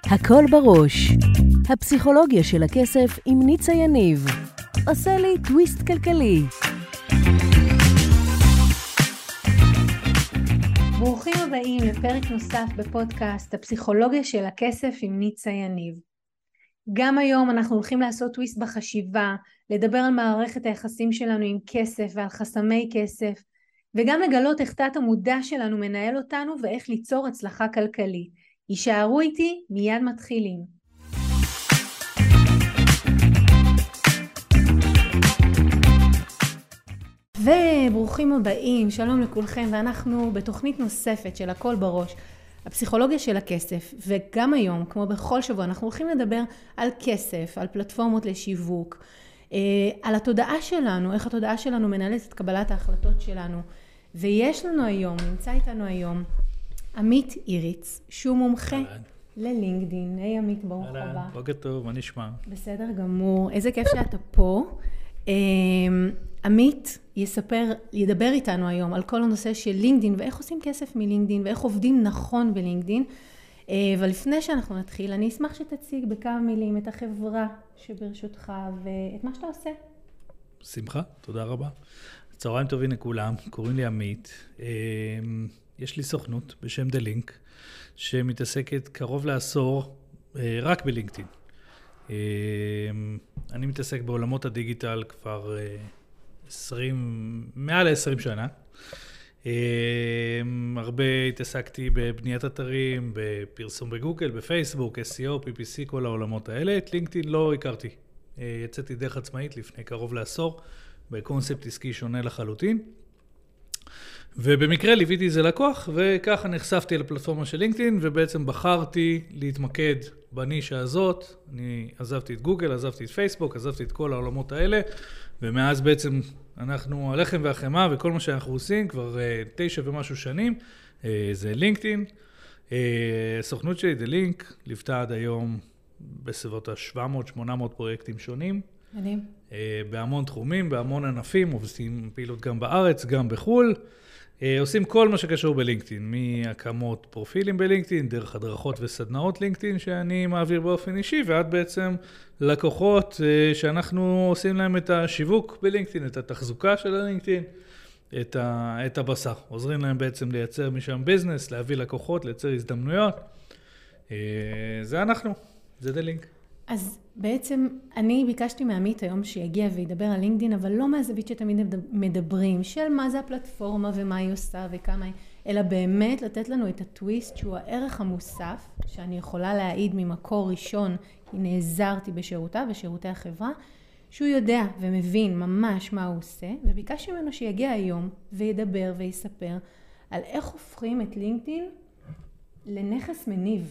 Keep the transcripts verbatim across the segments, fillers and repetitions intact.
הכל בראש. הפסיכולוגיה של הכסף עם ניצה יניב. עושה לי טוויסט כלכלי. ברוכים הבאים לפרק נוסף בפודקאסט הפסיכולוגיה של הכסף עם ניצה יניב. גם היום אנחנו הולכים לעשות טוויסט בחשיבה, לדבר על מערכת היחסים שלנו עם כסף ועל חסמי כסף, וגם לגלות איך תת המודע שלנו מנהל אותנו ואיך ליצור הצלחה כלכלית. יישארו איתי, מיד מתחילים. וברוכים הבאים, שלום לכולכם, ואנחנו בתוכנית נוספת של הכל בראש, הפסיכולוגיה של הכסף, וגם היום, כמו בכל שבוע, אנחנו הולכים לדבר על כסף, על פלטפורמות לשיווק, על התודעה שלנו, איך התודעה שלנו מנהלת את קבלת ההחלטות שלנו, ויש לנו היום, נמצא איתנו היום, עמית איריץ, שהוא מומחה ללינקדין. היי עמית, ברוך הבא. בוקר טוב, מה נשמע? בסדר גמור, איזה כיף שאתה פה. עמית יספר, ידבר איתנו היום על כל הנושא של לינקדין, ואיך עושים כסף מלינקדין, ואיך עובדים נכון בלינקדין. אבל לפני שאנחנו נתחיל, אני אשמח שתציג בכמה מילים את החברה שברשותך, ואת מה שאתה עושה. שמחה, תודה רבה. צהריים טובים לכולם, קוראים לי עמית. יש לי סוכנות בשם The Link, שמתעסקת קרוב לעשור רק בלינקדין. אני מתעסק בעולמות הדיגיטל כבר עשרים, מעל עשרים שנה. הרבה התעסקתי בבניית אתרים, בפרסום בגוגל, בפייסבוק, אס אי או, פי פי סי, כל העולמות האלה. את לינקדין לא הכרתי. יצאתי דרך עצמאית לפני קרוב לעשור, בקונספט עסקי שונה לחלוטין. ובמקרה ליוויתי איזה לקוח, וככה נחשפתי לפלטפורמה של לינקדין, ובעצם בחרתי להתמקד בנישה הזאת. אני עזבתי את גוגל, עזבתי את פייסבוק, עזבתי את כל העולמות האלה, ומאז בעצם אנחנו הלחם והחמה, וכל מה שאנחנו עושים כבר תשע ומשהו שנים, זה לינקדין. הסוכנות שלי, The Link, ליוותה עד היום בסביבות ה-שבע מאות שמונה מאות פרויקטים שונים. מדהים. בהמון תחומים, בהמון ענפים, עושים פעילות גם בארץ, גם בחול. עושים כל מה שקשור בלינקדין, מהקמות פרופילים בלינקדין, דרך הדרכות וסדנאות לינקדין שאני מעביר באופן אישי, ועד בעצם לקוחות שאנחנו עושים להם את השיווק בלינקדין, את התחזוקה של הלינקדין, את, ה, את הבשר. עוזרים להם בעצם לייצר משם ביזנס, להביא לקוחות, לייצר הזדמנויות. זה אנחנו, זה The Link. אז בעצם אני ביקשתי מעמית היום שיגיע וידבר על לינקדין, אבל לא מהזווית שתמיד מדברים, של מה זה הפלטפורמה ומה היא עושה וכמה היא, אלא באמת לתת לנו את הטוויסט שהוא הערך המוסף, שאני יכולה להעיד ממקור ראשון, כי נעזרתי בשירותיו ושירותי החברה, שהוא יודע ומבין ממש מה הוא עושה, וביקשתי ממנו שיגיע היום וידבר ויספר על איך הופכים את לינקדין לנכס מניב.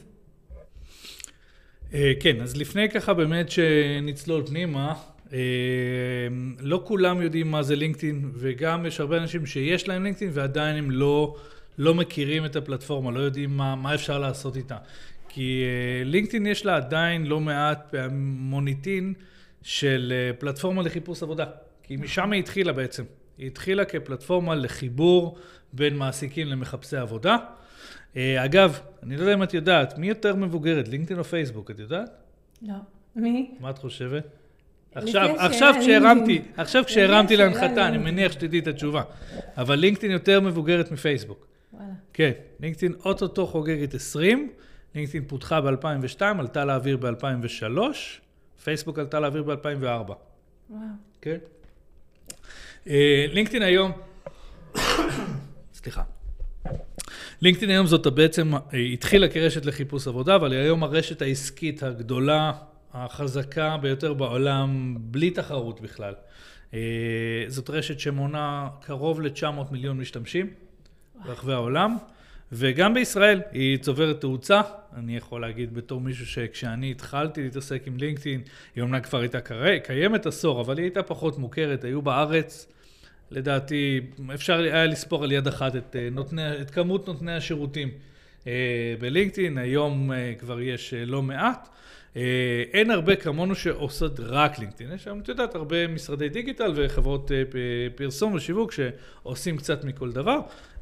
כן, אז לפני ככה באמת שנצלול פנימה, לא כולם יודעים מה זה לינקדין, וגם יש הרבה אנשים שיש להם לינקדין ועדיין הם לא, לא מכירים את הפלטפורמה, לא יודעים מה, מה אפשר לעשות איתה. כי לינקדין יש לה עדיין לא מעט מוניטין של פלטפורמה לחיפוש עבודה, כי משם היא התחילה בעצם. היא התחילה כפלטפורמה לחיבור בין מעסיקים למחפשי עבודה. אגב, אני לא יודע אם את יודעת, מי יותר מבוגרת, לינקדין או פייסבוק, את יודעת? לא. מי? מה את חושבת? עכשיו, עכשיו כשהרמתי, עכשיו כשהרמתי להנחתה, אני מניח שתדעי את התשובה. אבל לינקדין יותר מבוגרת מפייסבוק. וואלה. כן, לינקדין אוטוטו חוגגת עשרים, לינקדין פותחה ב-אלפיים ושתיים, עלתה לאוויר ב-אלפיים ושלוש, פייסבוק עלתה לאוויר ב-אלפיים וארבע. וואו. כן? לינקדין היום, סליחה. לינקדין היום זאת בעצם, היא התחילה כרשת לחיפוש עבודה, אבל היא היום הרשת העסקית הגדולה, החזקה ביותר בעולם, בלי תחרות בכלל. זאת רשת שמונה קרוב ל-תשע מאות מיליון משתמשים ברחבי העולם, וגם בישראל היא צוברת תאוצה. אני יכול להגיד בתור מישהו שכשאני התחלתי להתעסק עם לינקדין, היא אומנם כבר הייתה קיימת עשור, אבל היא הייתה פחות מוכרת, היו בארץ, לדעתי, אפשר היה לספור על יד אחת את, נותני, את כמות נותני השירותים בלינקדין. היום כבר יש לא מעט. אין הרבה כמונו שעושות רק לינקדאין. יש שם, את יודעת, הרבה משרדי דיגיטל וחברות פרסום ושיווק שעושים קצת מכל דבר.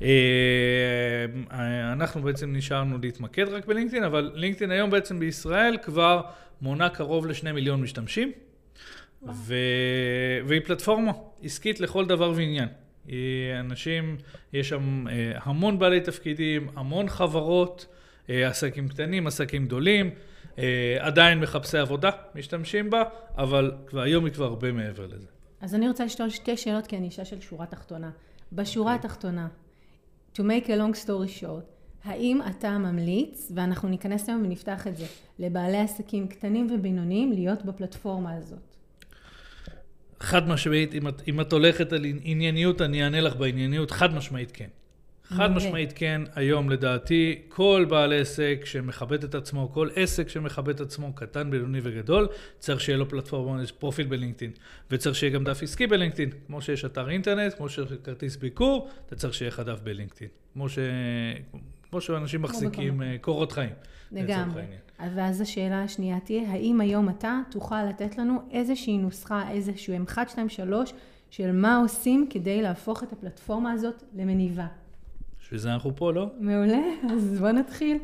אנחנו בעצם נשארנו להתמקד רק בלינקדאין, אבל לינקדאין היום בעצם בישראל כבר מונה קרוב לשני מיליון משתמשים, ו... והיא פלטפורמה עסקית לכל דבר ועניין. אנשים, יש שם המון בעלי תפקידים, המון חברות, עסקים קטנים, עסקים גדולים, עדיין מחפשי עבודה משתמשים בה, אבל כבר היום היא כבר הרבה מעבר לזה. אז אני רוצה לשאול שתי שאלות, כי אני אישה של שורה תחתונה. בשורה התחתונה, to make a long story short, האם אתה ממליץ, ואנחנו ניכנס היום ונפתח את זה, לבעלי עסקים קטנים ובינוניים להיות בפלטפורמה הזאת? חד משמעית, אם את, אם את הולכת על ענייניות, אני אענה לך בענייניות, חד משמעית כן. חד משמעית כן, היום לדעתי, כל בעל עסק שמכבד את עצמו, כל עסק שמכבד את עצמו, קטן, בינוני וגדול, צריך שיהיה לו פלטפורמה, פרופיל בלינקדאין, וצריך שיהיה גם דף עסקי בלינקדאין, כמו שיש אתר אינטרנט, כמו שיש כרטיס ביקור, אתה צריך שיהיה דף בלינקדאין, כמו ש... כמו שאנשים מחזיקים קורות חיים. לגמרי. ואז השאלה השנייה תהיה, האם היום אתה תוכל לתת לנו איזושהי נוסחה, איזשהו אחד, שתיים, שלוש, של מה עושים כדי להפוך את הפלטפורמה הזאת למניבה? שזה אנחנו פה, לא? מעולה, אז בוא נתחיל.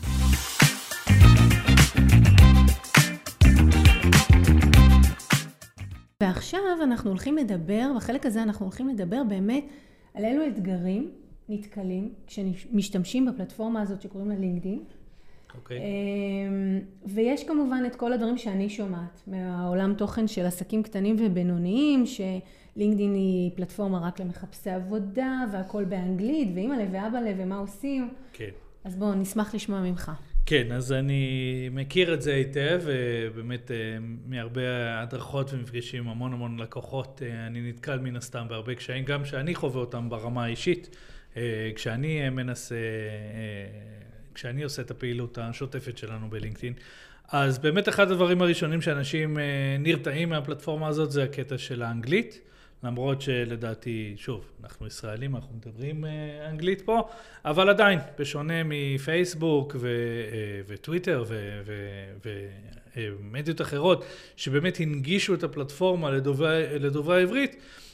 ועכשיו אנחנו הולכים לדבר, בחלק הזה אנחנו הולכים לדבר באמת על אילו אתגרים נתקלים כשמשתמשים בפלטפורמה הזאת שקוראים לה לינקדאין. אוקיי. ויש כמובן את כל הדברים שאני שומעת מהעולם תוכן של עסקים קטנים ובינוניים, שלינקדאין היא פלטפורמה רק למחפשי עבודה והכל באנגלית, ואמא לב ואבא לב ומה עושים. כן. אז בואו, נשמח לשמוע ממך. כן, אז אני מכיר את זה היטב, ובאמת מהרבה הדרכות ומפגשים המון המון לקוחות, אני נתקל מן הסתם בהרבה קשיים, גם שאני חווה אותם ברמה האישית, כשאני מנסה... כשאני עושה את הפעילות השוטפת שלנו בלינקדאין. אז באמת אחד הדברים הראשונים שאנשים נרתעים מהפלטפורמה הזאת זה הקטע של האנגלית, למרות שלדעתי, שוב, אנחנו ישראלים, אנחנו מדברים אנגלית פה, אבל עדיין, בשונה מפייסבוק ו- וטוויטר ו- ו- ומדיות אחרות, שבאמת הנגישו את הפלטפורמה לדוברי, לדוברי העברית,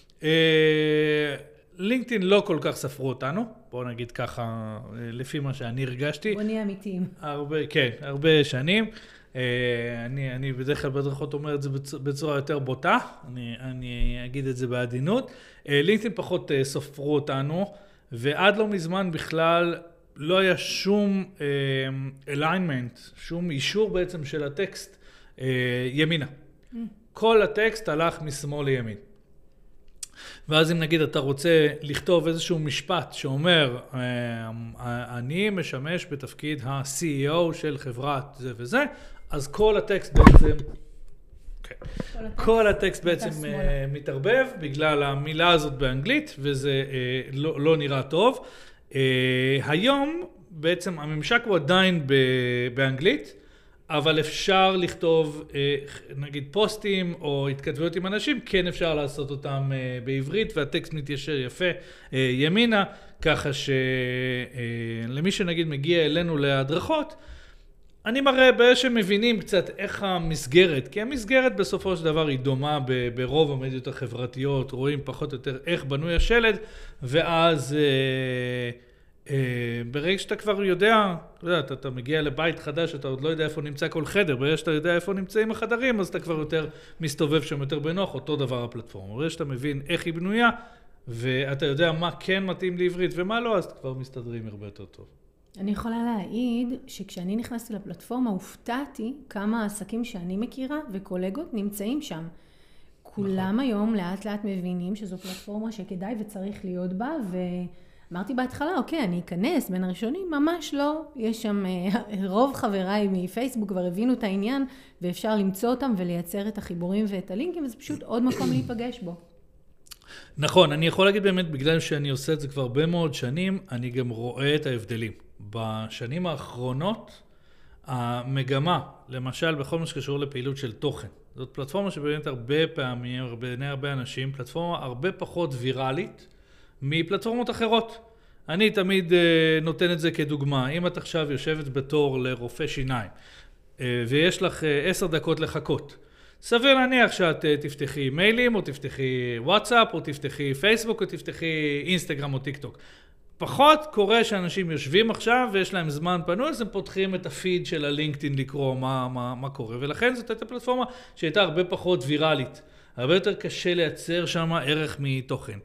לינקדאין לא כל כך ספרו אותנו, בואו נגיד ככה, לפי מה שאני הרגשתי. בוא נהיה אמיתיים. הרבה, כן, הרבה שנים. אני, אני בדרך כלל בדרכות אומר את זה בצורה יותר בוטה, אני, אני אגיד את זה בעדינות. לינקדאין פחות ספרו אותנו, ועד לא מזמן בכלל לא היה שום alignment, שום אישור בעצם של הטקסט ימינה. Mm. כל הטקסט הלך משמאל לימין. ואז אם נגיד אתה רוצה לכתוב איזשהו משפט שאומר, אני משמש בתפקיד ה-סי אי או של חברת זה וזה, אז כל הטקסט בעצם, כל הטקסט בעצם מתערבב בגלל המילה הזאת באנגלית, וזה לא, לא נראה טוב. היום בעצם הממשק הוא עדיין באנגלית, אבל אפשר לכתוב, נגיד, פוסטים או התכתבויות עם אנשים, כן אפשר לעשות אותם בעברית, והטקסט מתיישר יפה ימינה, ככה שלמי שנגיד מגיע אלינו להדרכות, אני מראה באיזה שמבינים קצת איך המסגרת, כי המסגרת בסופו של דבר היא דומה ברוב המדיות החברתיות, רואים פחות או יותר איך בנוי השלד, ואז... Uh, ברגע שאתה כבר יודע, אתה, יודע אתה, אתה מגיע לבית חדש, אתה עוד לא יודע איפה נמצא כל חדר, ברגע שאתה יודע איפה נמצאים החדרים, אז אתה כבר יותר מסתובב שם יותר בנוח, אותו דבר הפלטפורמה. ברגע שאתה מבין איך היא בנויה, ואתה יודע מה כן מתאים לעברית ומה לא, אז כבר מסתדרים הרבה יותר טוב. אני יכולה להעיד שכשאני נכנסתי לפלטפורמה, הופתעתי כמה עסקים שאני מכירה וקולגות נמצאים שם. כולם היום לאט לאט מבינים שזו פלטפורמה שכדאי וצריך להיות בה, ו... אמרתי בהתחלה, אוקיי, אני אכנס בין הראשונים, ממש לא. יש שם, רוב חבריי מפייסבוק כבר הבינו את העניין, ואפשר למצוא אותם ולייצר את החיבורים ואת הלינקים, וזה פשוט עוד מקום להיפגש בו. נכון, אני יכול להגיד באמת, בגלל שאני עושה את זה כבר הרבה מאוד שנים, אני גם רואה את ההבדלים. בשנים האחרונות, המגמה, למשל, בכל מה שקשור לפעילות של תוכן, זאת פלטפורמה שבאמת הרבה פעמים, בעיני הרבה אנשים, פלטפורמה הרבה פחות ויראלית, מפלטפורמות אחרות. אני תמיד uh, נותן את זה כדוגמה. אם את עכשיו יושבת בתור לרופא שיניים, uh, ויש לך עשר דקות לחכות. סביר להניח שאת תפתחי מיילים, או תפתחי וואטסאפ, או תפתחי פייסבוק, או תפתחי אינסטגרם או טיק טוק. פחות קורה שאנשים יושבים עכשיו ויש להם זמן פנוי, אז הם פותחים את הפיד של הלינקדאין לקרוא מה, מה, מה קורה. ולכן זאת הייתה פלטפורמה שהייתה הרבה פחות ויראלית. הרבה יותר קשה לייצר שם ערך מתוכן.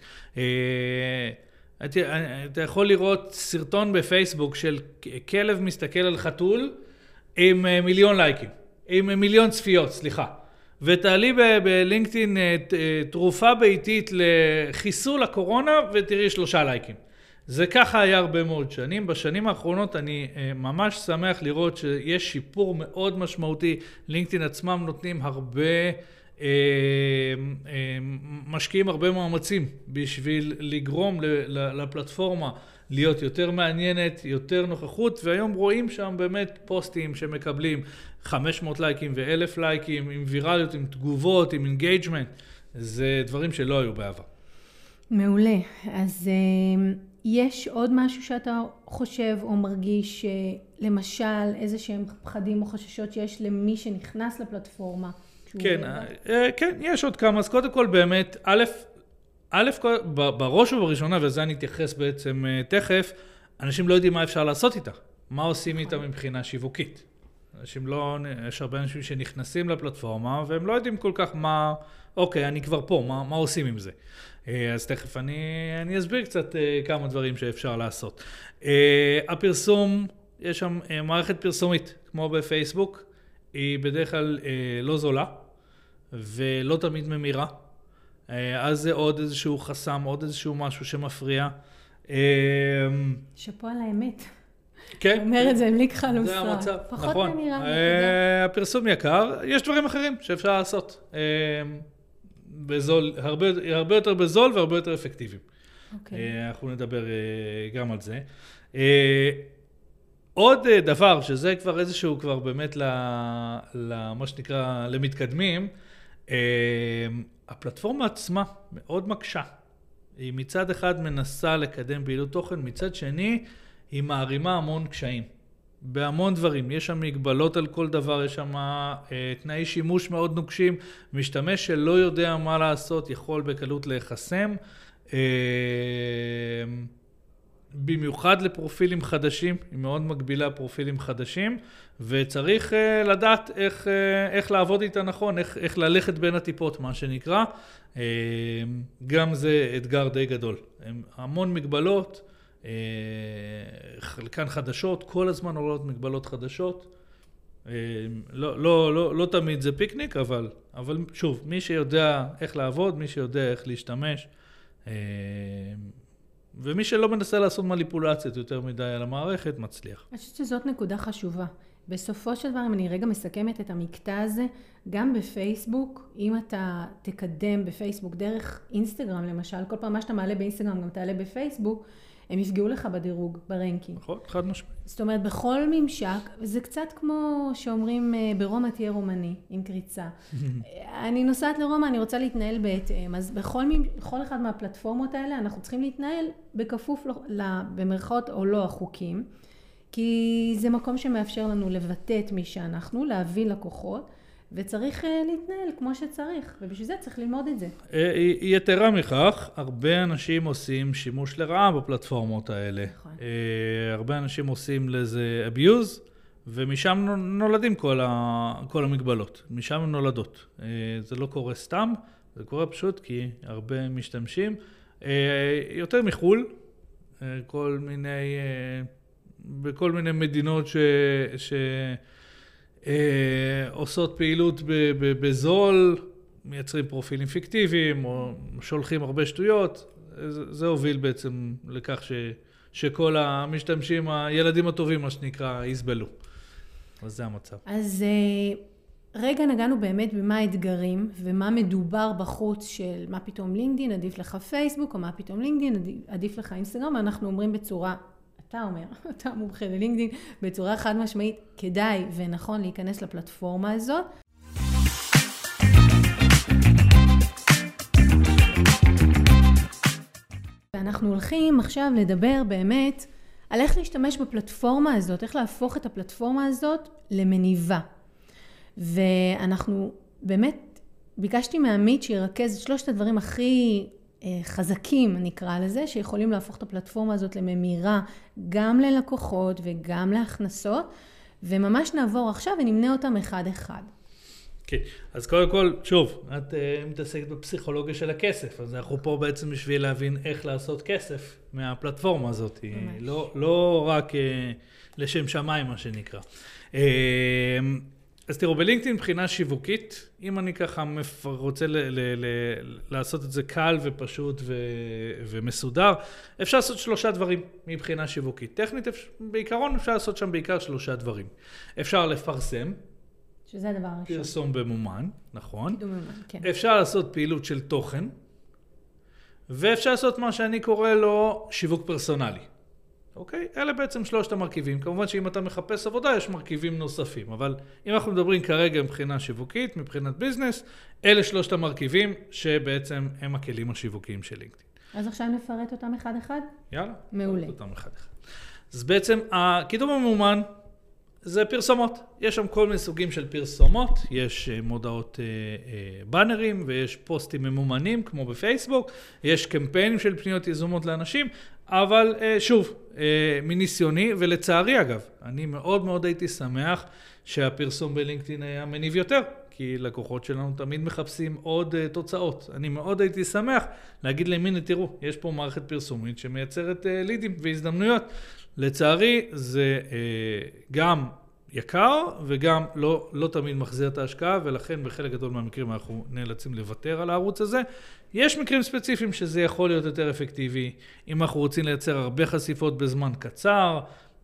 אתה יכול לראות סרטון בפייסבוק של כלב מסתכל על חתול עם מיליון לייקים, עם מיליון צפיות, סליחה. ותעלי בלינקדאין תרופה ביתית לחיסול הקורונה ותראי שלושה לייקים. זה ככה היה הרבה מאוד שנים. בשנים האחרונות אני ממש שמח לראות שיש שיפור מאוד משמעותי. לינקדאין עצמם נותנים הרבה, משקיעים הרבה מאמצים בשביל לגרום לפלטפורמה להיות יותר מעניינת, יותר נוכחות, והיום רואים שם באמת פוסטים שמקבלים חמש מאות לייקים ו-אלף לייקים, עם ויראליות, עם תגובות, עם אינגייג'מנט. זה דברים שלא היו בעבר. מעולה. אז יש עוד משהו שאתה חושב או מרגיש, למשל איזה שהם פחדים או חששות שיש למי שנכנס לפלטפורמה? כן, כן, יש עוד כמה. אז קודם כל באמת, א', א', בראש ובראשונה, וזה אני אתייחס בעצם תכף, אנשים לא יודעים מה אפשר לעשות איתה. מה עושים איתה מבחינה שיווקית. אנשים לא, יש הרבה אנשים שנכנסים לפלטפורמה, והם לא יודעים כל כך מה, אוקיי, אני כבר פה, מה, מה עושים עם זה. אז תכף אני, אני אסביר קצת כמה דברים שאפשר לעשות. הפרסום, יש שם מערכת פרסומית, כמו בפייסבוק, היא בדרך כלל לא זולה, ולא תמיד ממירה. אז זה עוד איזשהו חסם, עוד איזשהו משהו שמפריע. שפה על האמת. כן. אומר את זה, בלי כחל וסרק. זה המצב, פחות נכון. ממירה. הפרסום יקר, יש דברים אחרים שאפשר לעשות. בזול, הרבה, הרבה יותר בזול והרבה יותר אפקטיביים. אוקיי. אנחנו נדבר גם על זה. עוד דבר, שזה כבר איזשהו כבר באמת למה שנקרא למתקדמים, הפלטפורמה עצמה מאוד מקשה. היא מצד אחד מנסה לקדם פעילות תוכן, מצד שני היא מערימה המון קשיים. בהמון דברים, יש שם מגבלות על כל דבר, יש שם אה, תנאי שימוש מאוד נוקשים, משתמש שלא יודע מה לעשות יכול בקלות להיחסם, אה, במיוחד לפרופילים חדשים, היא מאוד מגבילה פרופילים חדשים, וצריך אה, לדעת איך, אה, איך לעבוד איתה נכון, איך, איך ללכת בין הטיפות, מה שנקרא, אה, גם זה אתגר די גדול, הם המון מגבלות, חלקן חדשות, כל הזמן עולות מגבלות חדשות. לא, לא, לא, לא תמיד זה פיקניק, אבל, אבל שוב, מי שיודע איך לעבוד, מי שיודע איך להשתמש, ומי שלא מנסה לעשות מניפולציות יותר מדי על המערכת, מצליח. אני חושבת שזאת נקודה חשובה. בסופו של דבר, אם אני רגע מסכמת את המקטע הזה, גם בפייסבוק, אם אתה תקדם בפייסבוק דרך אינסטגרם למשל, כל פעם מה שאתה מעלה באינסטגרם גם תעלה בפייסבוק, הם יפגעו לך בדירוג, ברנקינג. נכון, חד משמעית. זאת אומרת, בכל ממשק, זה קצת כמו שאומרים, ברומא תהיה רומני, עם קריצה. אני נוסעת לרומא, אני רוצה להתנהל בהתאם, אז בכל, בכל אחד מהפלטפורמות האלה, אנחנו צריכים להתנהל בכפוף במרכאות או לא החוקים, כי זה מקום שמאפשר לנו לבטא את מי שאנחנו, להביא לקוחות, וצריך להתנהל כמו שצריך, ובשביל זה צריך ללמוד את זה. יתרה מכך, הרבה אנשים עושים שימוש לרעה בפלטפורמות האלה. נכון. הרבה אנשים עושים לזה abuse, ומשם נולדים כל, ה, כל המגבלות. משם הן נולדות. זה לא קורה סתם, זה קורה פשוט כי הרבה משתמשים. יותר מחול, כל מיני, בכל מיני מדינות ש... ש עושות פעילות בזול, מייצרים פרופילים פיקטיביים, או שולחים הרבה שטויות. זה, זה הוביל בעצם לכך ש, שכל המשתמשים, הילדים הטובים, מה שנקרא, יסבלו. אז זה המצב. אז רגע נגענו באמת במה האתגרים, ומה מדובר בחוץ של מה פתאום לינקדין, עדיף לך פייסבוק, או מה פתאום לינקדין, עדיף לך אינסטגרם, ואנחנו אומרים בצורה... אתה אומר, אתה מומחה ללינקדין, בצורה חד משמעית, כדאי ונכון להיכנס לפלטפורמה הזאת. ואנחנו הולכים עכשיו לדבר באמת על איך להשתמש בפלטפורמה הזאת, איך להפוך את הפלטפורמה הזאת למניבה. ואנחנו באמת, ביקשתי מעמית שירכז את שלושת הדברים הכי חזקים, נקרא לזה, שיכולים להפוך את הפלטפורמה הזאת לממירה גם ללקוחות וגם להכנסות, וממש נעבור עכשיו ונמנה אותם אחד-אחד. כן, אז קודם כל, שוב, את uh, מתעסקת בפסיכולוגיה של הכסף, אז אנחנו פה בעצם בשביל להבין איך לעשות כסף מהפלטפורמה הזאת, לא, לא רק uh, לשם שמיים, מה שנקרא. Uh, אז תראו, בלינקדאין מבחינה שיווקית, אם אני ככה רוצה ל- ל- ל- לעשות את זה קל ופשוט ו- ומסודר, אפשר לעשות שלושה דברים מבחינה שיווקית. טכנית, בעיקרון אפשר לעשות שם בעיקר שלושה דברים. אפשר לפרסם, שזה הדבר הראשון. פרסום במומן, נכון. קידום ממומן, כן. אפשר לעשות פעילות של תוכן, ואפשר לעשות מה שאני קורא לו שיווק פרסונלי. אוקיי? אלה בעצם שלושת המרכיבים. כמובן שאם אתה מחפש עבודה, יש מרכיבים נוספים. אבל אם אנחנו מדברים כרגע מבחינה שיווקית, מבחינת ביזנס, אלה שלושת המרכיבים שבעצם הם הכלים השיווקיים של לינקדאין. אז עכשיו נפרט אותם אחד-אחד? יאללה. מעולה. אותם אחד-אחד. אז בעצם הקידום הממומן זה פרסומות. יש שם כל מיני סוגים של פרסומות, יש מודעות בנרים ויש פוסטים ממומנים כמו בפייסבוק, יש קמפיינים של פניות יזומות לאנשים, אבל שוב, מניסיוני ולצערי אגב, אני מאוד מאוד הייתי שמח שהפרסום בלינקדאין היה מניב יותר, כי לקוחות שלנו תמיד מחפשים עוד תוצאות. אני מאוד הייתי שמח להגיד להם, הנה תראו, יש פה מערכת פרסומית שמייצרת לידים והזדמנויות. לצערי זה גם יקר וגם לא, לא תמיד מחזיר את ההשקעה, ולכן בחלק גדול מהמקרים אנחנו נאלצים לוותר על הערוץ הזה. יש מקרים ספציפיים שזה יכול להיות יותר אפקטיבי, אם אנחנו רוצים לייצר הרבה חשיפות בזמן קצר,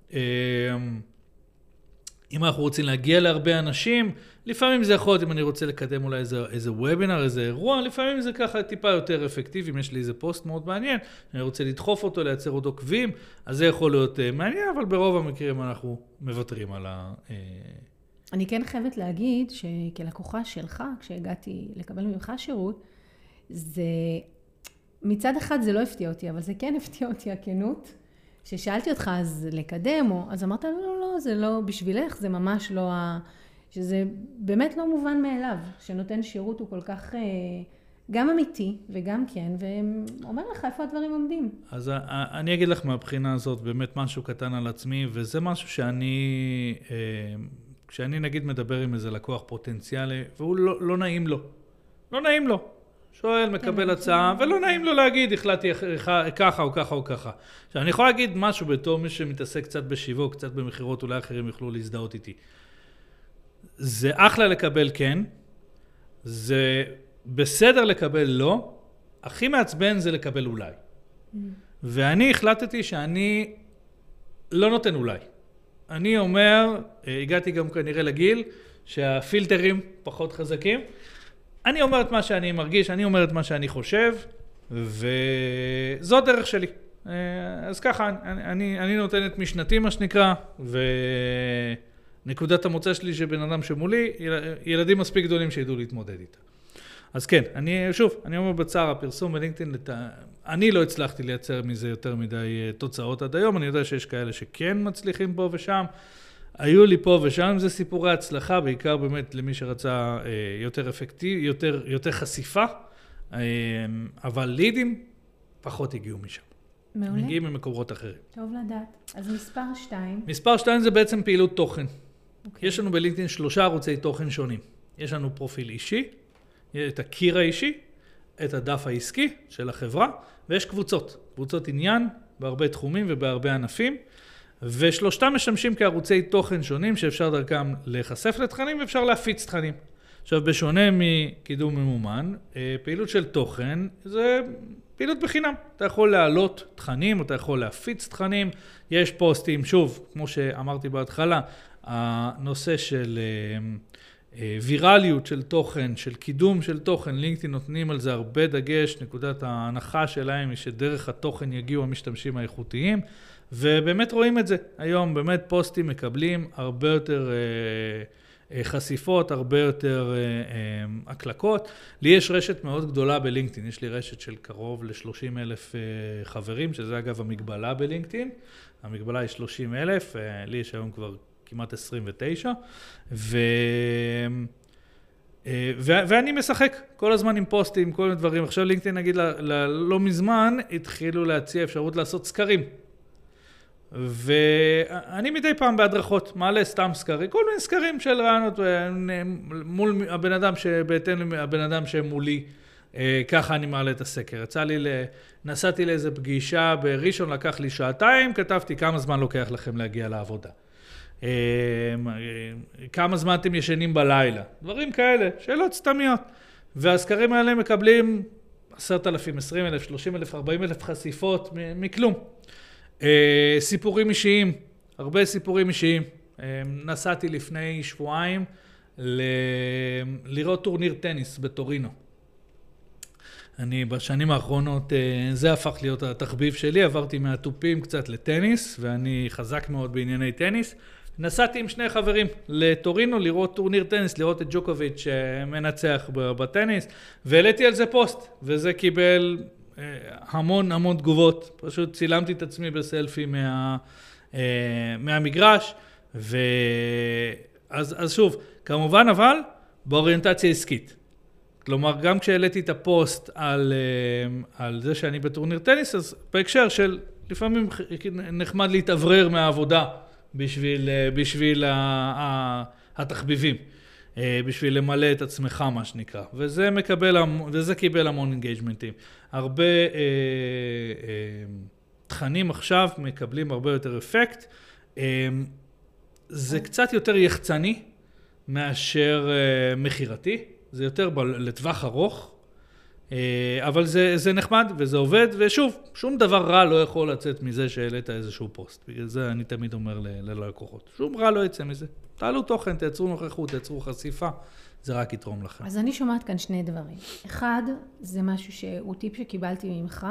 אם אנחנו רוצים להגיע להרבה אנשים, לפעמים זה יכול להיות אם אני רוצה לקדם אולי איזה, איזה וובינר, איזה אירוע, לפעמים זה ככה טיפה יותר אפקטיבי, אם יש לי איזה פוסט מאוד מעניין, אני רוצה לדחוף אותו, לייצר אותו קווים, אז זה יכול להיות מעניין, אבל ברוב המקרים אנחנו מוותרים על ה... אני כן חייבת להגיד שכלקוחה שלך, כשהגעתי לקבל ממך שירות, זה מצד אחד זה לא הפתיע אותי, אבל זה כן הפתיע אותי הכנות, ששאלתי אותך אז לקדם, או, אז אמרת, לא, לא, לא, זה לא בשבילך, זה ממש לא, ה... שזה באמת לא מובן מאליו, שנותן שירות הוא כל כך גם אמיתי וגם כן, ואומר לך איפה הדברים עומדים. אז אני אגיד לך מהבחינה הזאת באמת משהו קטן על עצמי, וזה משהו שאני, כשאני נגיד מדבר עם איזה לקוח פוטנציאלי, והוא לא, לא נעים לו, לא נעים לו. שואל, מקבל הצעה, ולא נעים לו להגיד, החלטתי ככה או ככה או ככה. עכשיו, אני יכול להגיד משהו בתור מי שמתעסק קצת בשיווק, קצת במחירות, אולי אחרים יוכלו להזדהות איתי. זה אחלה לקבל כן, זה בסדר לקבל לא, הכי מעצבן זה לקבל אולי. ואני החלטתי שאני לא נותן אולי. אני אומר, הגעתי גם כנראה לגיל, שהפילטרים פחות חזקים, אני אומר את מה שאני מרגיש, אני אומר את מה שאני חושב, וזו הדרך שלי. אז ככה, אני, אני, אני נותן את משנתי, מה שנקרא, ונקודת המוצא שלי שבן אדם שמולי, ילדים מספיק גדולים שידעו להתמודד איתה. אז כן, אני, שוב, אני אומר בצער, הפרסום בלינקדאין, אני לא הצלחתי לייצר מזה יותר מדי תוצאות עד היום, אני יודע שיש כאלה שכן מצליחים פה ושם, היו לי פה ושם, זה סיפורי הצלחה, בעיקר באמת למי שרצה אה, יותר אפקטיב, יותר, יותר חשיפה, אה, אבל לידים פחות הגיעו משם. מעולה. מגיעים ממקורות אחרים. טוב לדעת. אז מספר שתיים. מספר שתיים זה בעצם פעילות תוכן. Okay. יש לנו בלינקדאין שלושה ערוצי תוכן שונים. יש לנו פרופיל אישי, את הקיר האישי, את הדף העסקי של החברה, ויש קבוצות. קבוצות עניין בהרבה תחומים ובהרבה ענפים. ושלושתם משמשים כערוצי תוכן שונים שאפשר דרכם להיחשף לתכנים ואפשר להפיץ תכנים. עכשיו, בשונה מקידום ממומן, פעילות של תוכן זה פעילות בחינם. אתה יכול להעלות תכנים, אתה יכול להפיץ תכנים, יש פוסטים, שוב, כמו שאמרתי בהתחלה, הנושא של וירליות של תוכן, של קידום של תוכן, לינקדאין נותנים על זה הרבה דגש, נקודת ההנחה שלהם היא שדרך התוכן יגיעו המשתמשים האיכותיים, ובאמת רואים את זה. היום באמת פוסטים מקבלים הרבה יותר אה, אה, חשיפות, הרבה יותר אה, אה, הקלקות. לי יש רשת מאוד גדולה בלינקדאין, יש לי רשת של קרוב ל-שלושים אלף אה, חברים, שזה אגב המגבלה בלינקדאין. המגבלה היא שלושים אלף, אה, לי יש היום כבר כמעט עשרים ותשע, ו... ו- ואני משחק כל הזמן עם פוסטים, כל מיני דברים. עכשיו לינקדאין, נגיד, ל- ל- לא מזמן התחילו להציע אפשרות לעשות סקרים. ואני מדי פעם בהדרכות, מעלה סתם סקרים, כל מיני סקרים של רעיונות מול הבן אדם, שבהתאם לבן אדם שמולי, ככה אני מעלה את הסקר. יצא לי, נסעתי לאיזו פגישה בראשון, לקח לי שעתיים, כתבתי כמה זמן לוקח לכם להגיע לעבודה. כמה זמן אתם ישנים בלילה, דברים כאלה, שאלות סתמיות. והסקרים האלה מקבלים עשרת אלפים, עשרים אלף, שלושים אלף, ארבעים אלף חשיפות מכלום. סיפורים אישיים, הרבה סיפורים אישיים. נסעתי לפני שבועיים ל... לראות טורניר טניס בטורינו. אני בשנים האחרונות, זה הפך להיות התחביב שלי, עברתי מהטופים קצת לטניס, ואני חזק מאוד בענייני טניס. נסעתי עם שני חברים לטורינו לראות טורניר טניס, לראות את ג'וקוביץ' מנצח בטניס, והעליתי על זה פוסט, וזה קיבל המון המון תגובות. פשוט צילמתי את עצמי בסלפי מה, מהמגרש, ואז אז שוב, כמובן אבל באוריינטציה עסקית. כלומר, גם כשהעליתי את הפוסט על, על זה שאני בטורניר טניס, אז בהקשר של לפעמים נחמד להתעברר מהעבודה בשביל, בשביל התחביבים, בשביל למלא את עצמך, מה שנקרא. וזה מקבל, וזה קיבל המון אינגייג'מנטים. הרבה אה, אה, תכנים עכשיו מקבלים הרבה יותר אפקט. אה, זה קצת יותר יחצני מאשר אה, מחירתי. זה יותר ב- לטווח ארוך, אבל זה, זה נחמד וזה עובד, ושוב, שום דבר רע לא יכול לצאת מזה שהעלית איזשהו פוסט. בגלל זה אני תמיד אומר ל- ללקוחות. שום רע לא יצא מזה. תעלו תוכן, תייצרו נוכחות, תייצרו חשיפה, זה רק יתרום לכם. אז אני שומעת כאן שני דברים. אחד, זה משהו שהוא טיפ שקיבלתי ממך,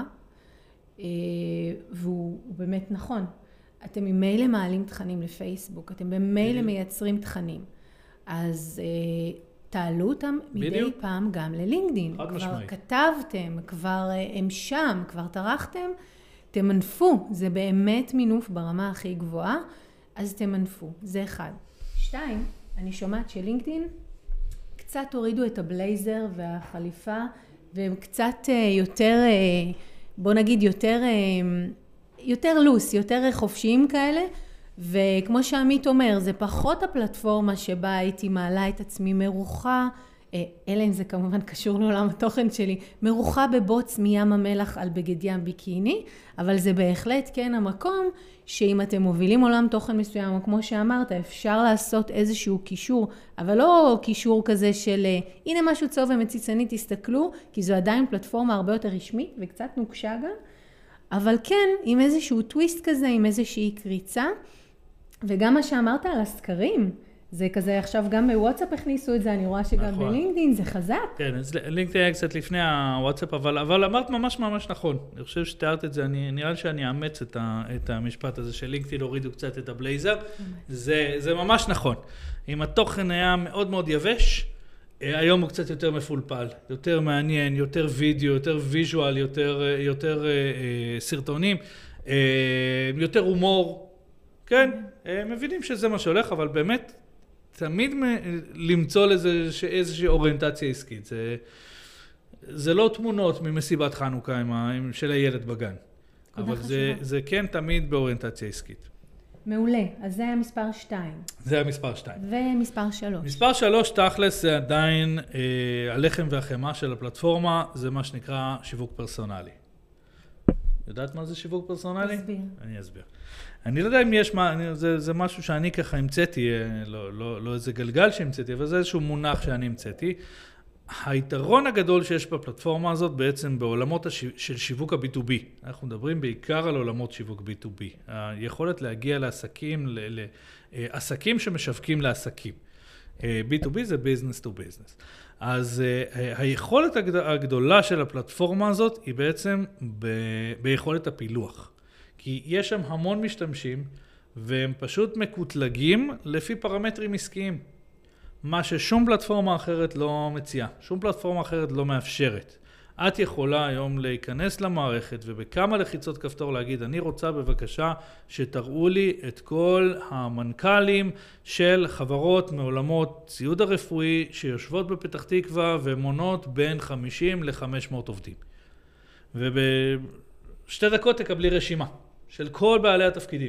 והוא באמת נכון. אתם ממילא מעלים תכנים לפייסבוק, אתם במילא מייצרים תכנים. אז תעלו אותם מדי בדיוק. פעם גם ללינקדין. חד כבר משמעית. כתבתם, כבר הם שם, כבר טרחתם, תמנפו. זה באמת מינוף ברמה הכי גבוהה, אז תמנפו. זה אחד. שתיים, אני שומעת שלינקדין קצת הורידו את הבלייזר והחליפה, והם קצת יותר, בוא נגיד, יותר, יותר לוס, יותר חופשיים כאלה, וכמו שעמית אומר, זה פחות הפלטפורמה שבה הייתי מעלה את עצמי מרוחה, אלא אם זה כמובן קשור לעולם התוכן שלי, מרוחה בבוץ מים המלח על בגד ים ביקיני, אבל זה בהחלט כן המקום שאם אתם מובילים עולם תוכן מסוים, או כמו שאמרת, אפשר לעשות איזשהו קישור, אבל לא קישור כזה של הנה משהו צהוב ומציצני, תסתכלו, כי זו עדיין פלטפורמה הרבה יותר רשמית וקצת נוקשה גם, אבל כן עם איזשהו טוויסט כזה, עם איזושהי קריצה, וגם מה שאמרת על הסקרים, זה כזה עכשיו גם בוואטסאפ הכניסו את זה, אני רואה שגם נכון. בלינקדין זה חזק. כן, אז לינקדין היה קצת לפני הוואטסאפ, אבל, אבל אמרת ממש ממש נכון. אני חושב שתיארת את זה, אני, נראה לי שאני אאמץ את, ה, את המשפט הזה של לינקדין הורידו קצת את הבלייזר. זה, זה ממש נכון. אם התוכן היה מאוד מאוד יבש, היום הוא קצת יותר מפולפל, יותר מעניין, יותר וידאו, יותר ויז'ואל, יותר, יותר אה, סרטונים, אה, יותר הומור. כן, מבינים שזה מה שהולך, אבל באמת, תמיד למצוא לזה איזושהי אוריינטציה עסקית. זה, זה לא תמונות ממסיבת חנוכה עם, עם של הילד בגן. אבל זה, זה כן תמיד באוריינטציה עסקית. מעולה. אז זה היה מספר שתיים. זה היה מספר שתיים. ומספר שלוש. מספר שלוש, תכלס, זה עדיין אה, הלחם והחמה של הפלטפורמה, זה מה שנקרא שיווק פרסונלי. יודעת מה זה שיווק פרסונלי? תסביר. אני אסביר. אני לא יודע אם יש מה, אני, זה, זה משהו שאני ככה המצאתי, לא, לא, לא איזה גלגל שהמצאתי, אבל זה איזשהו מונח שאני המצאתי. היתרון הגדול שיש בפלטפורמה הזאת בעצם בעולמות הש... של שיווק ה-בי טו בי. אנחנו מדברים בעיקר על עולמות שיווק בי טו בי. היכולת להגיע לעסקים, ל... ל... עסקים שמשווקים לעסקים. בי טו בי זה business to business. אז היכולת הגדולה של הפלטפורמה הזאת היא בעצם ב... ביכולת הפילוח. כי יש שם המון משתמשים והם פשוט מקוטלגים לפי פרמטרים עסקיים. מה ששום פלטפורמה אחרת לא מציעה, שום פלטפורמה אחרת לא מאפשרת. את יכולה היום להיכנס למערכת ובכמה לחיצות כפתור להגיד, אני רוצה בבקשה שתראו לי את כל המנכ"לים של חברות מעולמות ציוד הרפואי שיושבות בפתח תקווה ומונות בין חמישים ל-חמש מאות עובדים. ובשתי דקות תקבלי רשימה של כל בעלי התפקידים.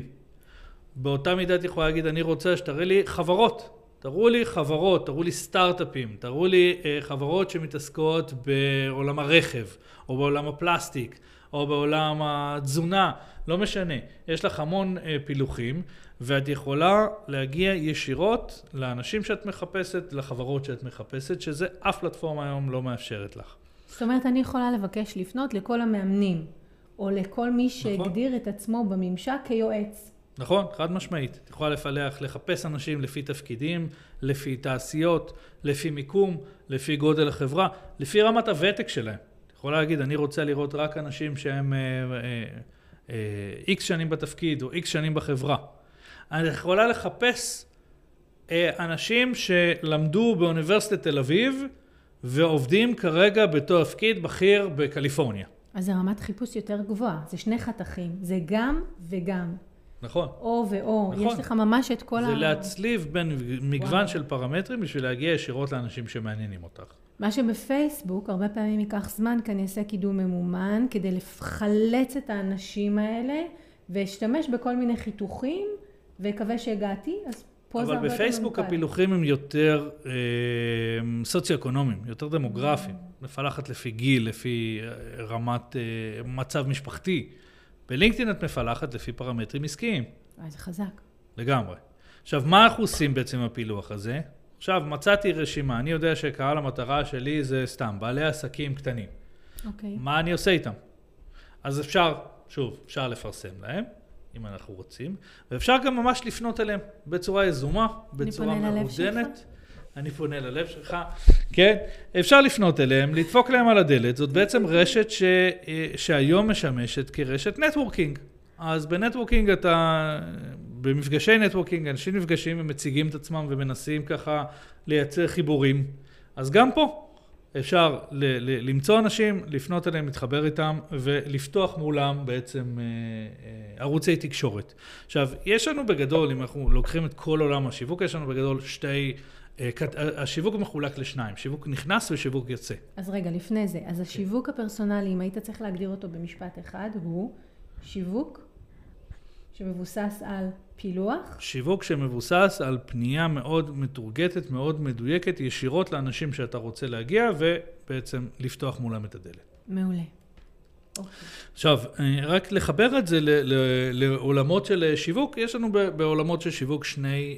באותה מידה את יכולה להגיד, אני רוצה שתראה לי חברות. תראו לי חברות, תראו לי סטארט-אפים, תראו לי אה, חברות שמתעסקות בעולם הרכב, או בעולם הפלסטיק, או בעולם התזונה, לא משנה. יש לך המון אה, פילוחים, ואת יכולה להגיע ישירות לאנשים שאת מחפשת, לחברות שאת מחפשת, שזה אף פלטפורמה היום לא מאפשרת לך. זאת אומרת, אני יכולה לבקש לפנות לכל המאמנים, או לכל מי שהגדיר נכון. את עצמו בממשק כיועץ. נכון, חד משמעית. את יכולה לפלח, לחפש אנשים לפי תפקידים, לפי תעשיות, לפי מיקום, לפי גודל החברה, לפי רמת הוותק שלהם. את יכולה להגיד, אני רוצה לראות רק אנשים שהם אה, אה, אה, איקס שנים בתפקיד או איקס שנים בחברה. אני יכולה לחפש אה, אנשים שלמדו באוניברסיטת תל אביב ועובדים כרגע בתור תפקיד בכיר בקליפורניה. אז זה רמת חיפוש יותר גבוהה. זה שני חתכים. זה גם וגם. נכון. או ואו, נכון. יש לך ממש את כל זה ה... זה להצליב בין מגוון וואו. של פרמטרים בשביל להגיע ישירות לאנשים שמעניינים אותך. מה שבפייסבוק הרבה פעמים ייקח זמן, כי אני אעשה קידום ממומן, כדי לחלץ את האנשים האלה, ואשתמש בכל מיני חיתוכים, ויקווה שהגעתי, אז פה זה הרבה יותר... אבל בפייסבוק הפילוחים הם יותר אה, סוציו-אקונומיים, יותר דמוגרפיים, מפלחת לפי גיל, לפי רמת אה, מצב משפחתי. בלינקדאין את מפלחת לפי פרמטרים עסקיים. אה, זה חזק. לגמרי. עכשיו, מה אנחנו עושים בעצם הפילוח הזה? עכשיו, מצאתי רשימה, אני יודע שקהל המטרה שלי זה סתם, בעלי עסקים קטנים. אוקיי. מה אני עושה איתם? אז אפשר, שוב, אפשר לפרסם להם, אם אנחנו רוצים, ואפשר גם ממש לפנות אליהם בצורה יזומה, בצורה מעודנת. אני פונה ללב שלך, כן? אפשר לפנות אליהם, לדפוק להם על הדלת, זאת בעצם רשת ש... שהיום משמשת כרשת נטוורקינג. אז בנטוורקינג אתה, במפגשי נטוורקינג, אנשים נפגשים ומציגים את עצמם ומנסים ככה לייצר חיבורים. אז גם פה אפשר ל... ל... למצוא אנשים, לפנות אליהם, להתחבר איתם ולפתוח מולם בעצם ערוצי תקשורת. עכשיו, יש לנו בגדול, אם אנחנו לוקחים את כל עולם השיווק, יש לנו בגדול שתי... השיווק מחולק לשניים, שיווק נכנס ושיווק יוצא. אז רגע, לפני זה, אז השיווק הפרסונלי, אם היית צריך להגדיר אותו במשפט אחד, הוא שיווק שמבוסס על פילוח? שיווק שמבוסס על פנייה מאוד מתורגטת, מאוד מדויקת, ישירות לאנשים שאתה רוצה להגיע, ובעצם לפתוח מולם את הדלת. מעולה. עכשיו, רק לחבר את זה לעולמות של שיווק, יש לנו בעולמות של שיווק שני...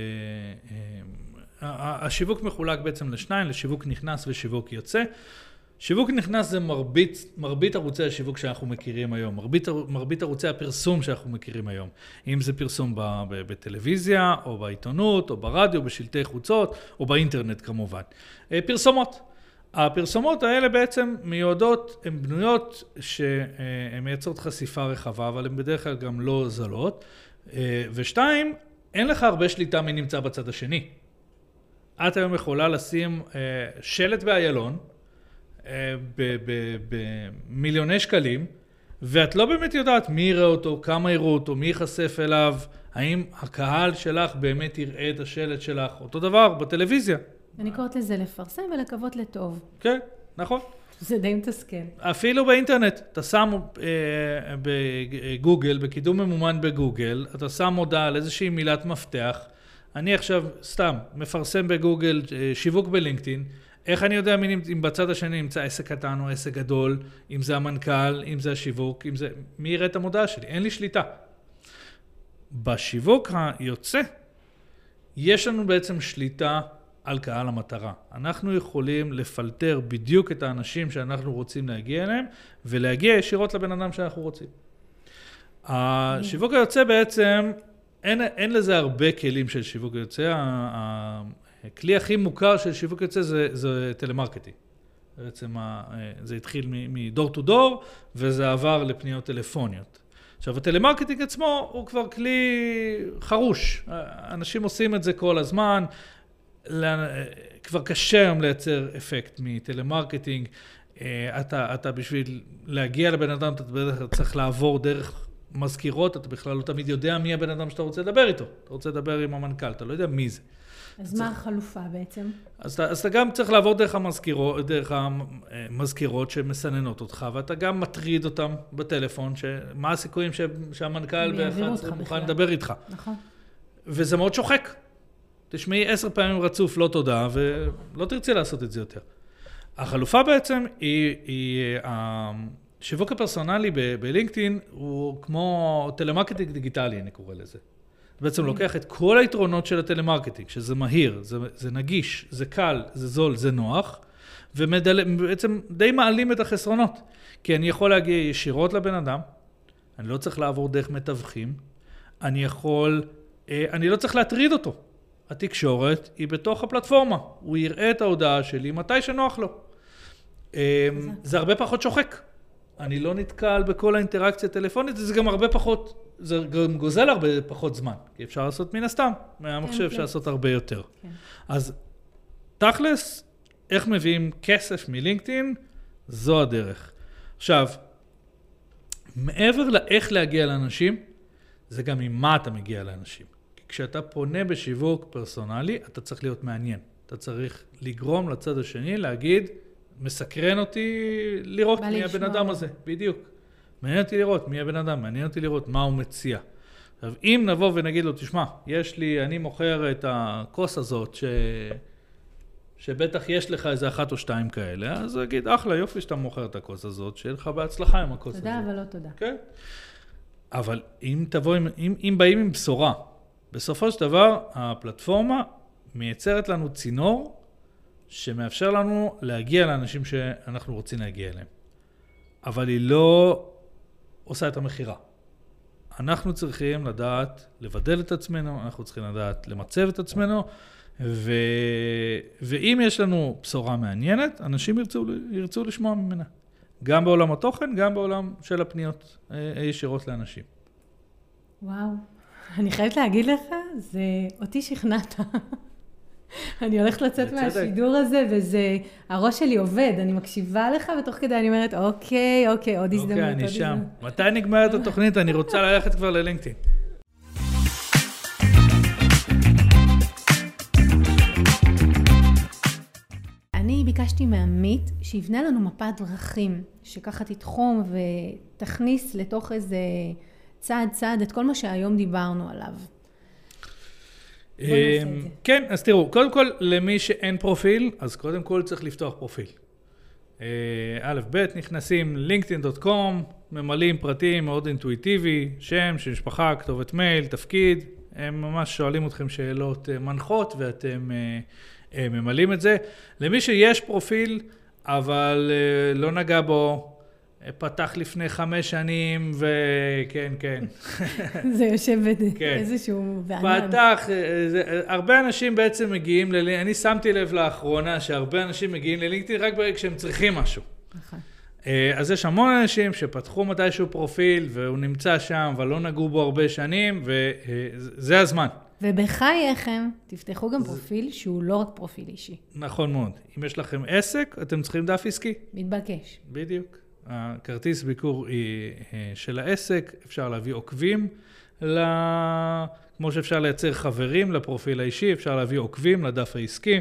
השיווק מחולק בעצם לשניים, לשיווק נכנס ושיווק יוצא. שיווק נכנס זה מרבית, מרבית ערוצי השיווק שאנחנו מכירים היום, מרבית, מרבית ערוצי הפרסום שאנחנו מכירים היום. אם זה פרסום ב, ב, בטלוויזיה, או בעיתונות, או ברדיו, בשלטי חוצות, או באינטרנט כמובן. פרסומות. הפרסומות האלה בעצם מיועדות, הן בנויות שהן מייצרות חשיפה רחבה, אבל הן בדרך כלל גם לא זלות. ושתיים, אין לך הרבה שליטה מי נמצא בצד השני. את היום יכולה לשים אה, שלט באיילון, אה, במיליוני שקלים, ואת לא באמת יודעת מי יראה אותו, כמה יראו אותו, מי יחשף אליו, האם הקהל שלך באמת יראה את השלט שלך, אותו דבר בטלוויזיה. אני קוראת לזה לפרסם ולקוות לטוב. כן, נכון. זה די מתסכל. אפילו באינטרנט, אתה שם אה, בגוגל, בקידום ממומן בגוגל, אתה שם מודעה על איזושהי מילת מפתח, אני עכשיו סתם מפרסם בגוגל שיווק בלינקדאין, איך אני יודע אם בצד השני נמצא עסק קטן או עסק גדול, אם זה המנכ"ל, אם זה השיווק, אם זה... מי יראה את המודעה שלי? אין לי שליטה. בשיווק היוצא, יש לנו בעצם שליטה על קהל המטרה. אנחנו יכולים לפלטר בדיוק את האנשים שאנחנו רוצים להגיע אליהם, ולהגיע ישירות לבן אדם שאנחנו רוצים. השיווק היוצא בעצם... אין, אין לזה הרבה כלים של שיווק יוצא, הכלי הכי מוכר של שיווק יוצא זה, זה טלמרקטינג. בעצם זה התחיל מדור טו דור, וזה עבר לפניות טלפוניות. עכשיו, הטלמרקטינג עצמו הוא כבר כלי חרוש. אנשים עושים את זה כל הזמן, כבר קשה היום לייצר אפקט מטלמרקטינג. אתה, אתה בשביל להגיע לבן אדם, אתה בדרך כלל צריך לעבור דרך מזכירות, אתה בכלל לא תמיד יודע מי הבן אדם שאתה רוצה לדבר איתו. אתה רוצה לדבר עם המנכ"ל, אתה לא יודע מי זה. אז מה החלופה בעצם? אז אתה, אז אתה גם צריך לעבור דרך המזכירות, דרך המזכירות שמסננות אותך, ואתה גם מטריד אותם בטלפון, מה הסיכויים ש, שהמנכ"ל באחד מוכן לדבר איתך. נכון. וזה מאוד שוחק. תשמעי עשר פעמים רצוף, לא תודה, ולא תרצי לעשות את זה יותר. החלופה בעצם היא, היא השיווק הפרסונלי בלינקדאין, הוא כמו טלמרקטינג דיגיטלי, אני קורא לזה. בעצם לוקח את כל היתרונות של הטלמרקטינג, שזה מהיר, זה, זה נגיש, זה קל, זה זול, זה נוח, ובעצם די מעלים את החסרונות. כי אני יכול להגיע ישירות לבן אדם, אני לא צריך לעבור דרך מתווכים, אני יכול, אני לא צריך להטריד אותו. התקשורת היא בתוך הפלטפורמה, הוא יראה את ההודעה שלי מתי שנוח לו. זה הרבה פחות שוחק. אני לא נתקל בכל האינטראקציה הטלפונית, זה גם הרבה פחות, זה גם גוזל הרבה פחות זמן, כי אפשר לעשות מן הסתם, מהמחשב אפשר לעשות הרבה יותר. אז תכלס, איך מביאים כסף מלינקדאין, זו הדרך. עכשיו, מעבר לאיך להגיע לאנשים, זה גם עם מה אתה מגיע לאנשים. כי כשאתה פונה בשיווק פרסונלי, אתה צריך להיות מעניין. אתה צריך לגרום לצד השני להגיד, מסקרן אותי לראות מי הבן אדם הזה, בדיוק. מעניין אותי לראות מי הבן אדם, מעניין אותי לראות מה הוא מציע. עכשיו, אם נבוא ונגיד לו, תשמע, יש לי, אני מוכר את הכוס הזאת, ש... שבטח יש לך איזה אחת או שתיים כאלה, אז הוא יגיד, אחלה, יופי שאתה מוכר את הכוס הזאת, שיהיה לך בהצלחה עם הכוס הזאת. תודה, אבל לא תודה. כן. אבל אם תבוא, אם, אם באים עם בשורה, בסופו של דבר, הפלטפורמה מייצרת לנו צינור, שמאפשר לנו להגיע לאנשים שאנחנו רוצים להגיע אליהם. אבל היא לא עושה את המחירה. אנחנו צריכים לדעת לבדל את עצמנו, אנחנו צריכים לדעת למצב את עצמנו, ו... ואם יש לנו בשורה מעניינת, אנשים ירצו, ירצו לשמוע ממנה. גם בעולם התוכן, גם בעולם של הפניות הישירות לאנשים. וואו, אני חייבת להגיד לך, זה אותי שכנעת. אני הולכת לצאת מהשידור הזה, וזה, הראש שלי עובד, אני מקשיבה לך, ותוך כדי אני אומרת, אוקיי, אוקיי, עוד הזדמנות. אוקיי, אני שם. מתי נגמרת התוכנית? אני רוצה ללכת כבר ללינקדאין. אני ביקשתי מעמית שיבנה לנו מפת דרכים, שככה תתחום ותכניס לתוך איזה צעד צעד את כל מה שהיום דיברנו עליו. כן, אז תראו, קודם כל, למי שאין פרופיל, אז קודם כל צריך לפתוח פרופיל. א', ב', נכנסים לינקדאין דוט קום, ממלאים פרטים מאוד אינטואיטיבי, שם, של משפחה, כתובת מייל, תפקיד, הם ממש שואלים אתכם שאלות מנחות, ואתם ממלאים את זה. למי שיש פרופיל, אבל לא נגע בו, פתח לפני חמש שנים, וכן, כן. זה יושב באיזשהו בענן. פתח, הרבה אנשים בעצם מגיעים ללינקדאין, אני שמתי לב לאחרונה שהרבה אנשים מגיעים ללינקדאין רק כשהם צריכים משהו. נכון. אז יש המון אנשים שפתחו מתישהו פרופיל, והוא נמצא שם, אבל לא נגעו בו הרבה שנים, וזה הזמן. ובחייכם, תפתחו גם פרופיל שהוא לא רק פרופיל אישי. נכון מאוד. אם יש לכם עסק, אתם צריכים דף עסקי. מתבקש. בדיוק. הכרטיס ביקור היא של העסק, אפשר להביא עוקבים, כמו שאפשר לייצר חברים לפרופיל האישי, אפשר להביא עוקבים לדף העסקי,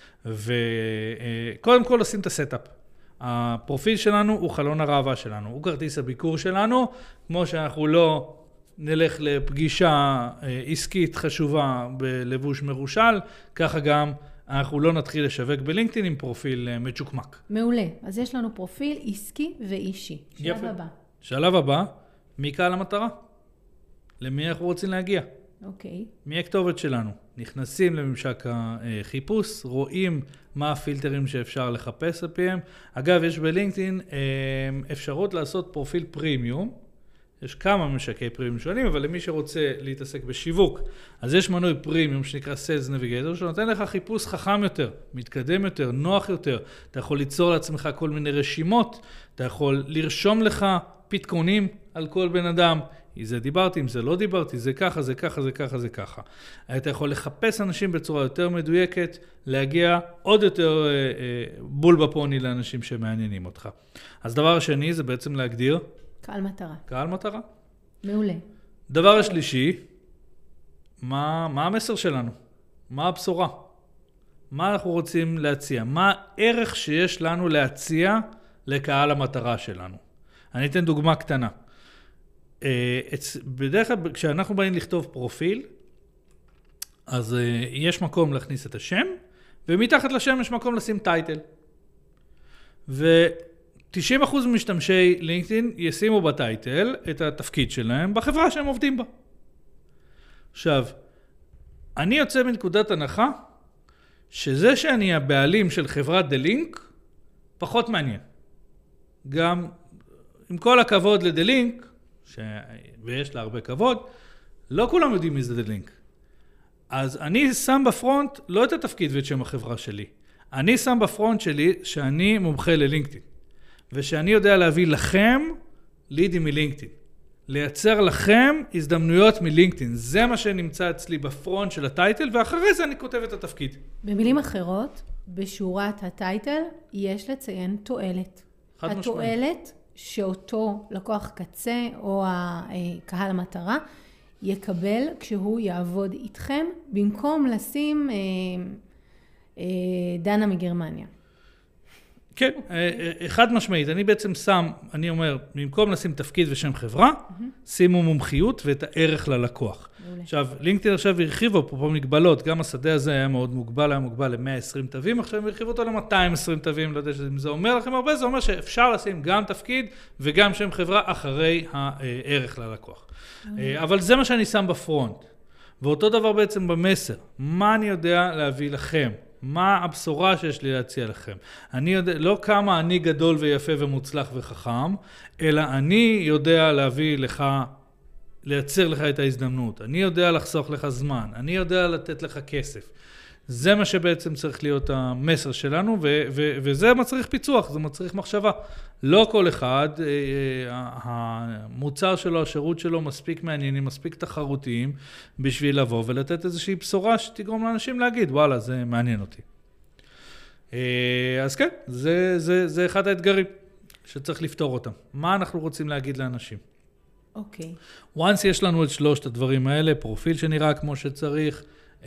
וקודם כל לשים את הסטאפ. הפרופיל שלנו הוא חלון הראווה שלנו, הוא כרטיס הביקור שלנו, כמו שאנחנו לא נלך לפגישה עסקית חשובה בלבוש מרושל, ככה גם אנחנו לא נתחיל לשווק בלינקדאין עם פרופיל מצ'וקמק. מעולה. אז יש לנו פרופיל עסקי ואישי. שלב יפה. הבא. שלב הבא, מי קהל המטרה? למי אנחנו רוצים להגיע? אוקיי. מי הכתובת שלנו? נכנסים לממשק החיפוש, רואים מה הפילטרים שאפשר לחפש על פיהם. אגב, יש בלינקדאין אפשרות לעשות פרופיל פרימיום. יש כמה ממשקי פרימיום שונים, אבל למי שרוצה להתעסק בשיווק, אז יש מנוי פרימיום שנקרא Sales Navigator, שנותן לך חיפוש חכם יותר, מתקדם יותר, נוח יותר. אתה יכול ליצור לעצמך כל מיני רשימות, אתה יכול לרשום לך פתקונים על כל בן אדם, זה דיברתי, אם זה לא דיברתי, זה ככה, זה ככה, זה ככה, זה ככה. אתה יכול לחפש אנשים בצורה יותר מדויקת, להגיע עוד יותר אה, אה, בול בפוני לאנשים שמעניינים אותך. אז דבר השני זה בעצם להגדיר... קהל מטרה. קהל מטרה. מעולה. דבר השלישי, מה, מה המסר שלנו? מה הבשורה? מה אנחנו רוצים להציע? מה הערך שיש לנו להציע לקהל המטרה שלנו? אני אתן דוגמה קטנה. בדרך כלל, כשאנחנו באים לכתוב פרופיל, אז יש מקום להכניס את השם, ומתחת לשם יש מקום לשים טייטל. ו-תשעים אחוז ממשתמשי לינקדאין ישימו בטייטל את התפקיד שלהם בחברה שהם עובדים בה. עכשיו, אני יוצא מנקודת הנחה, שזה שאני הבעלים של חברת דה-לינק, פחות מעניין. גם עם כל הכבוד לדה-לינק, ש... ויש לה הרבה כבוד, לא כולם יודעים מי זה דה-לינק. אז אני שם בפרונט לא את התפקיד ואת שם החברה שלי. אני שם בפרונט שלי שאני מומחה ללינקדאין. ושאני יודע להביא לכם לידים מלינקדאין. לייצר לכם הזדמנויות מלינקדאין. זה מה שנמצא אצלי בפרונט של הטייטל, ואחרי זה אני כותב את התפקיד. במילים אחרות, בשורת הטייטל יש לציין תועלת. התועלת שאותו לקוח קצה או הקהל המטרה יקבל כשהוא יעבוד איתכם, במקום לשים אה, אה, דנה מגרמניה. כן, אחד משמעית. אני בעצם שם, אני אומר, במקום לשים תפקיד ושם חברה, mm-hmm. שימו מומחיות ואת הערך ללקוח. מעולה. עכשיו, לינקדאין עכשיו הרחיבו פה, פה מגבלות, גם השדה הזה היה מאוד מוגבל, היה מוגבל ל-מאה ועשרים תווים, עכשיו הם הרחיבו אותו ל-מאתיים ועשרים תווים, לא יודע שאם זה אומר לכם הרבה, זה אומר שאפשר לשים גם תפקיד וגם שם חברה אחרי הערך ללקוח. מעולה. אבל זה מה שאני שם בפרונט. ואותו דבר בעצם במסר. מה אני יודע להביא לכם? מה הבשורה שיש לי להציע לכם? אני יודע, לא כמה אני גדול ויפה ומוצלח וחכם, אלא אני יודע להביא לך, לייצר לך את ההזדמנות. אני יודע לחסוך לך זמן. אני יודע לתת לך כסף. זה מה שבעצם צריך להיות המסר שלנו, ו- ו- וזה מצריך פיצוח, זה מצריך מחשבה. לא כל אחד, המוצר שלו, השירות שלו מספיק מעניינים, מספיק תחרותיים, בשביל לבוא ולתת איזושהי בשורה שתגרום לאנשים להגיד, וואלה, זה מעניין אותי. אז כן, זה, זה, זה אחד האתגרים שצריך לפתור אותם. מה אנחנו רוצים להגיד לאנשים? אוקיי. once יש לנו את שלושת הדברים האלה, פרופיל שנראה כמו שצריך,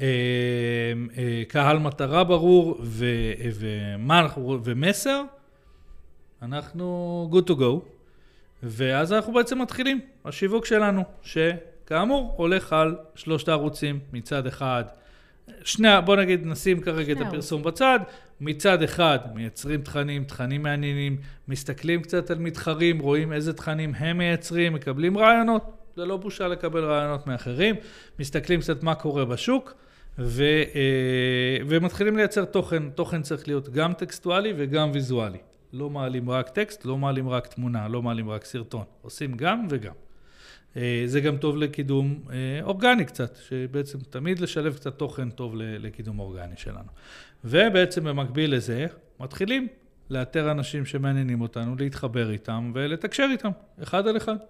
קהל מטרה ברור ומה אנחנו, ומסר, אנחנו good to go, ואז אנחנו בעצם מתחילים, השיווק שלנו, שכאמור הולך על שלושת הערוצים, מצד אחד, שני, בוא נגיד נשים כרגע את הפרסום בצד, מצד אחד מייצרים תכנים, תכנים מעניינים, מסתכלים קצת על מתחרים, רואים איזה תכנים הם מייצרים, מקבלים רעיונות, זה לא בושה לקבל רעיונות מאחרים, מסתכלים קצת מה קורה בשוק, ו, ומתחילים לייצר תוכן, תוכן צריך להיות גם טקסטואלי וגם ויזואלי. לא מעלים רק טקסט, לא מעלים רק תמונה, לא מעלים רק סרטון. עושים גם וגם. זה גם טוב לקידום אורגני קצת, שבעצם תמיד לשלב קצת תוכן טוב לקידום אורגני שלנו. ובעצם במקביל לזה, מתחילים לאתר אנשים שמעניינים אותנו, להתחבר איתם ולתקשר איתם, אחד על אחד.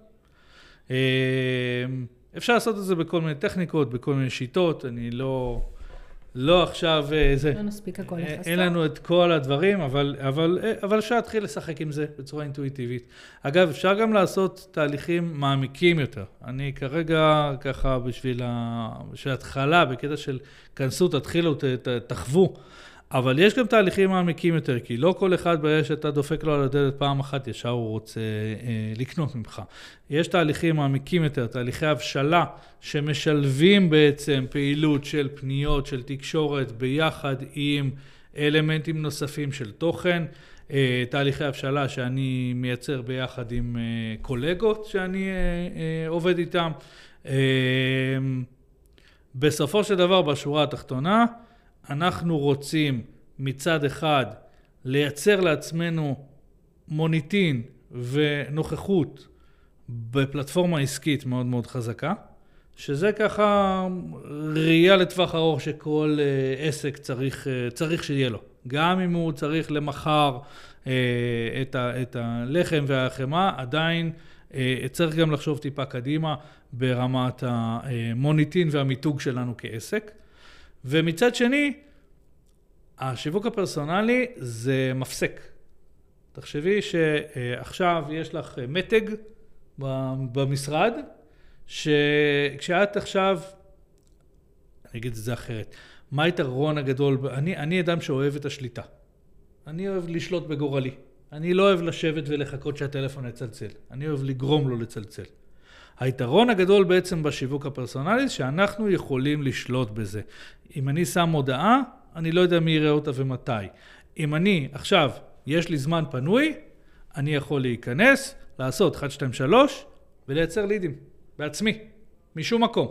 אפשר לעשות את זה בכל מיני טכניקות, בכל מיני שיטות, אני לא... לא עכשיו, זה, לא נספיק הכל לחסות. אין לנו את כל הדברים, אבל, אבל, אבל אפשר להתחיל לשחק עם זה בצורה אינטואיטיבית. אגב, אפשר גם לעשות תהליכים מעמיקים יותר. אני כרגע ככה בשביל, ה, בשביל ההתחלה, בקטע של כנסות, תתחילו, ת, ת, תחוו. אבל יש גם תהליכים מעמיקים יותר, כי לא כל אחד ברגע שאתה דופק לו על הדלת פעם אחת, ישר הוא רוצה אה, לקנות ממך. יש תהליכים מעמיקים יותר, תהליכי הבשלה, שמשלבים בעצם פעילות של פניות, של תקשורת, ביחד עם אלמנטים נוספים של תוכן, אה, תהליכי הבשלה שאני מייצר ביחד עם אה, קולגות שאני אה, אה, עובד איתם. אה, בסופו של דבר, בשורה התחתונה, אנחנו רוצים מצד אחד לייצר לעצמנו מוניטין ונוכחות בפלטפורמה עסקית מאוד מאוד חזקה, שזה ככה ראייה לטווח ארוך שכל עסק צריך, צריך שיהיה לו. גם אם הוא צריך למחר את, ה, את הלחם והחמה, עדיין צריך גם לחשוב טיפה קדימה ברמת המוניטין והמיתוג שלנו כעסק. ומצד שני, השיווק הפרסונלי זה מפסק. תחשבי שעכשיו יש לך מתג במשרד, שכשאת עכשיו, אני אגיד את זה אחרת, מה היתרון הגדול? אני, אני אדם שאוהב את השליטה. אני אוהב לשלוט בגורלי. אני לא אוהב לשבת ולחכות שהטלפון יצלצל. אני אוהב לגרום לו לצלצל. היתרון הגדול בעצם בשיווק הפרסונלי, שאנחנו יכולים לשלוט בזה. אם אני שם הודעה, אני לא יודע מי יראה אותה ומתי. אם אני, עכשיו, יש לי זמן פנוי, אני יכול להיכנס, לעשות אחת, שתיים, שלוש, ולייצר לידים, בעצמי, משום מקום.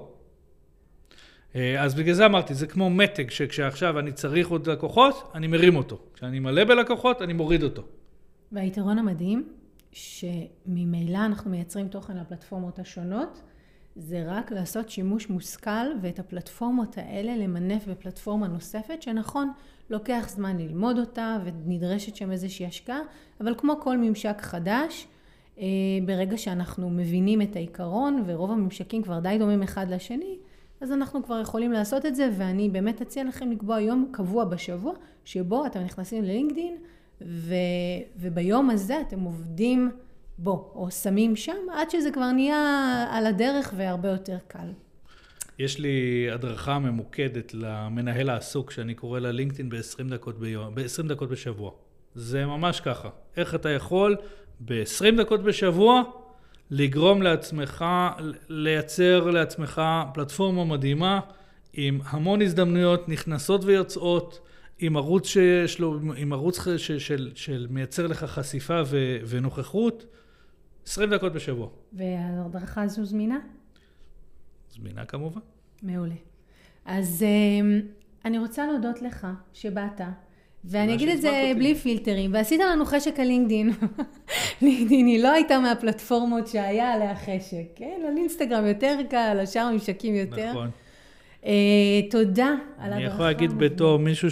אז בגלל זה אמרתי, זה כמו מתג, שכשעכשיו אני צריך עוד לקוחות, אני מרים אותו. כשאני מלא בלקוחות, אני מוריד אותו. והיתרון המדהים, שממילא אנחנו מייצרים תוכן לפלטפורמות השונות, זה רק לעשות שימוש מושכל, ואת הפלטפורמות האלה למנף בפלטפורמה נוספת, שנכון, לוקח זמן ללמוד אותה, ונדרשת שם איזושהי השקעה, אבל כמו כל ממשק חדש, ברגע שאנחנו מבינים את העיקרון, ורוב הממשקים כבר די דומים אחד לשני, אז אנחנו כבר יכולים לעשות את זה, ואני באמת אציע לכם לקבוע יום קבוע בשבוע, שבו אתם נכנסים ללינקדין, ו... וביום הזה אתם עובדים בו, או שמים שם, עד שזה כבר נהיה על הדרך והרבה יותר קל. יש לי הדרכה ממוקדת למנהל העסוק, שאני קורא לה לינקדין ב-עשרים דקות ביום, ב-עשרים דקות בשבוע. זה ממש ככה. איך אתה יכול ב-עשרים דקות בשבוע לגרום לעצמך, לייצר לעצמך פלטפורמה מדהימה, עם המון הזדמנויות נכנסות ויוצאות, עם ערוץ שיש לו, עם ערוץ של, של, של מייצר לך חשיפה ו, ונוכחות, עשרים דקות בשבוע. וההדרכה הזו זמינה? זמינה כמובן. מעולה. אז אני רוצה להודות לך שבאת, ואני אגיד את זה בלי פילטרים, ועשית לנו חשק על לינקדין. לינקדין היא לא הייתה מהפלטפורמות שהיה עליה חשק, כן? על אינסטגרם יותר קל, על השאר הממשקים יותר. נכון. תודה על הדרכה. אני יכול להגיד בתור מישהו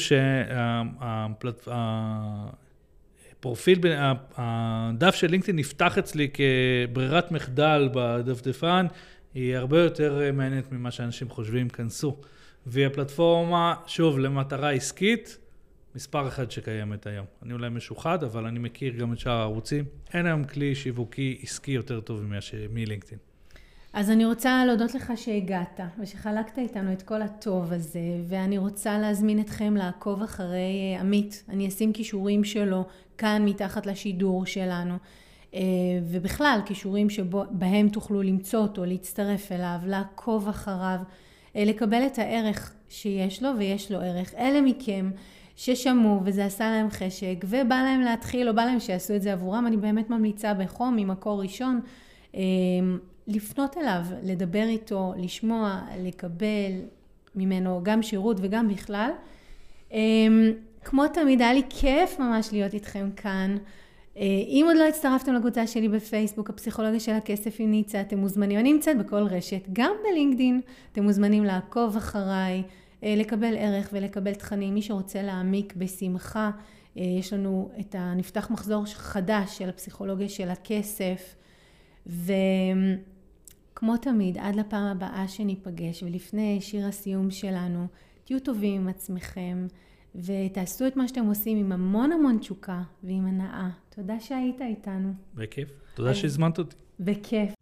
שהפרופיל, הדף של לינקדין נפתח אצלי כברירת מחדל בדפדפן, היא הרבה יותר מעניינת ממה שאנשים חושבים, כנסו. והיא הפלטפורמה, שוב, למטרה עסקית, מספר אחד שקיימת היום. אני אולי משוחד, אבל אני מכיר גם את שאר הערוצים. אין היום כלי שיווקי עסקי יותר טוב מלינקדין. אז אני רוצה להודות לך שהגעת, ושחלקת איתנו את כל הטוב הזה, ואני רוצה להזמין אתכם לעקוב אחרי עמית. אני אשים קישורים שלו כאן מתחת לשידור שלנו, ובכלל קישורים שבהם תוכלו למצוא אותו, להצטרף אליו, לעקוב אחריו, לקבל את הערך שיש לו, ויש לו ערך. אלה מכם ששמעו וזה עשה להם חשק, ובא להם להתחיל, או בא להם שיעשו את זה עבורם, אני באמת ממליצה בחום, ממקור ראשון, לפנות אליו, לדבר איתו, לשמוע, לקבל ממנו גם שירות וגם בכלל. כמו תמיד, היה לי כיף ממש להיות איתכם כאן. אם עוד לא הצטרפתם לקבוצה שלי בפייסבוק, הפסיכולוגיה של הכסף עם ניצה, אתם מוזמנים, אני נמצאת בכל רשת, גם בלינקדין, אתם מוזמנים לעקוב אחריי, לקבל ערך ולקבל תכנים. מי שרוצה להעמיק בשמחה, יש לנו את הנפתח מחזור חדש של הפסיכולוגיה של הכסף, וכמו תמיד, עד לפעם הבאה שניפגש, ולפני שיר הסיום שלנו, תהיו טובים עם עצמכם, ותעשו את מה שאתם עושים עם המון המון תשוקה ועם הנאה. תודה שהיית איתנו. בכיף. תודה שהזמנת אותי. בכיף.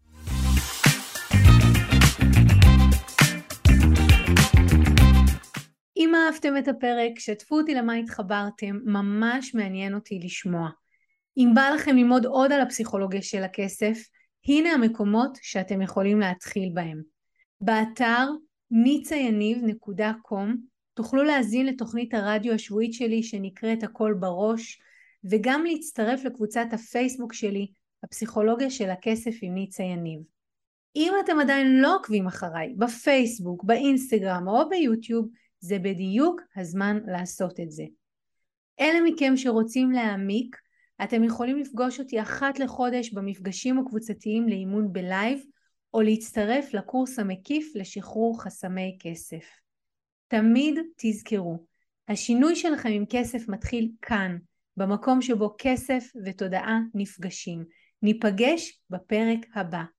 אם אהבתם את הפרק, שתפו אותי למה התחברתם, ממש מעניין אותי לשמוע. אם בא לכם ללמוד עוד על הפסיכולוגיה של הכסף, הנה המקומות שאתם יכולים להתחיל בהם. באתר ניצה יניב נקודה קום תוכלו להזין לתוכנית הרדיו השבועית שלי שנקראת הכל בראש, וגם להצטרף לקבוצת הפייסבוק שלי, הפסיכולוגיה של הכסף עם ניצה יניב. אם אתם עדיין לא עוקבים אחריי בפייסבוק, באינסטגרם או ביוטיוב, זה בדיוק הזמן לעשות את זה. אלה מכם שרוצים להעמיק, אתם יכולים לפגוש אותי אחת לחודש במפגשים הקבוצתיים לאימון בלייב, או להצטרף לקורס המקיף לשחרור חסמי כסף. תמיד תזכרו, השינוי שלכם עם כסף מתחיל כאן, במקום שבו כסף ותודעה נפגשים. ניפגש בפרק הבא.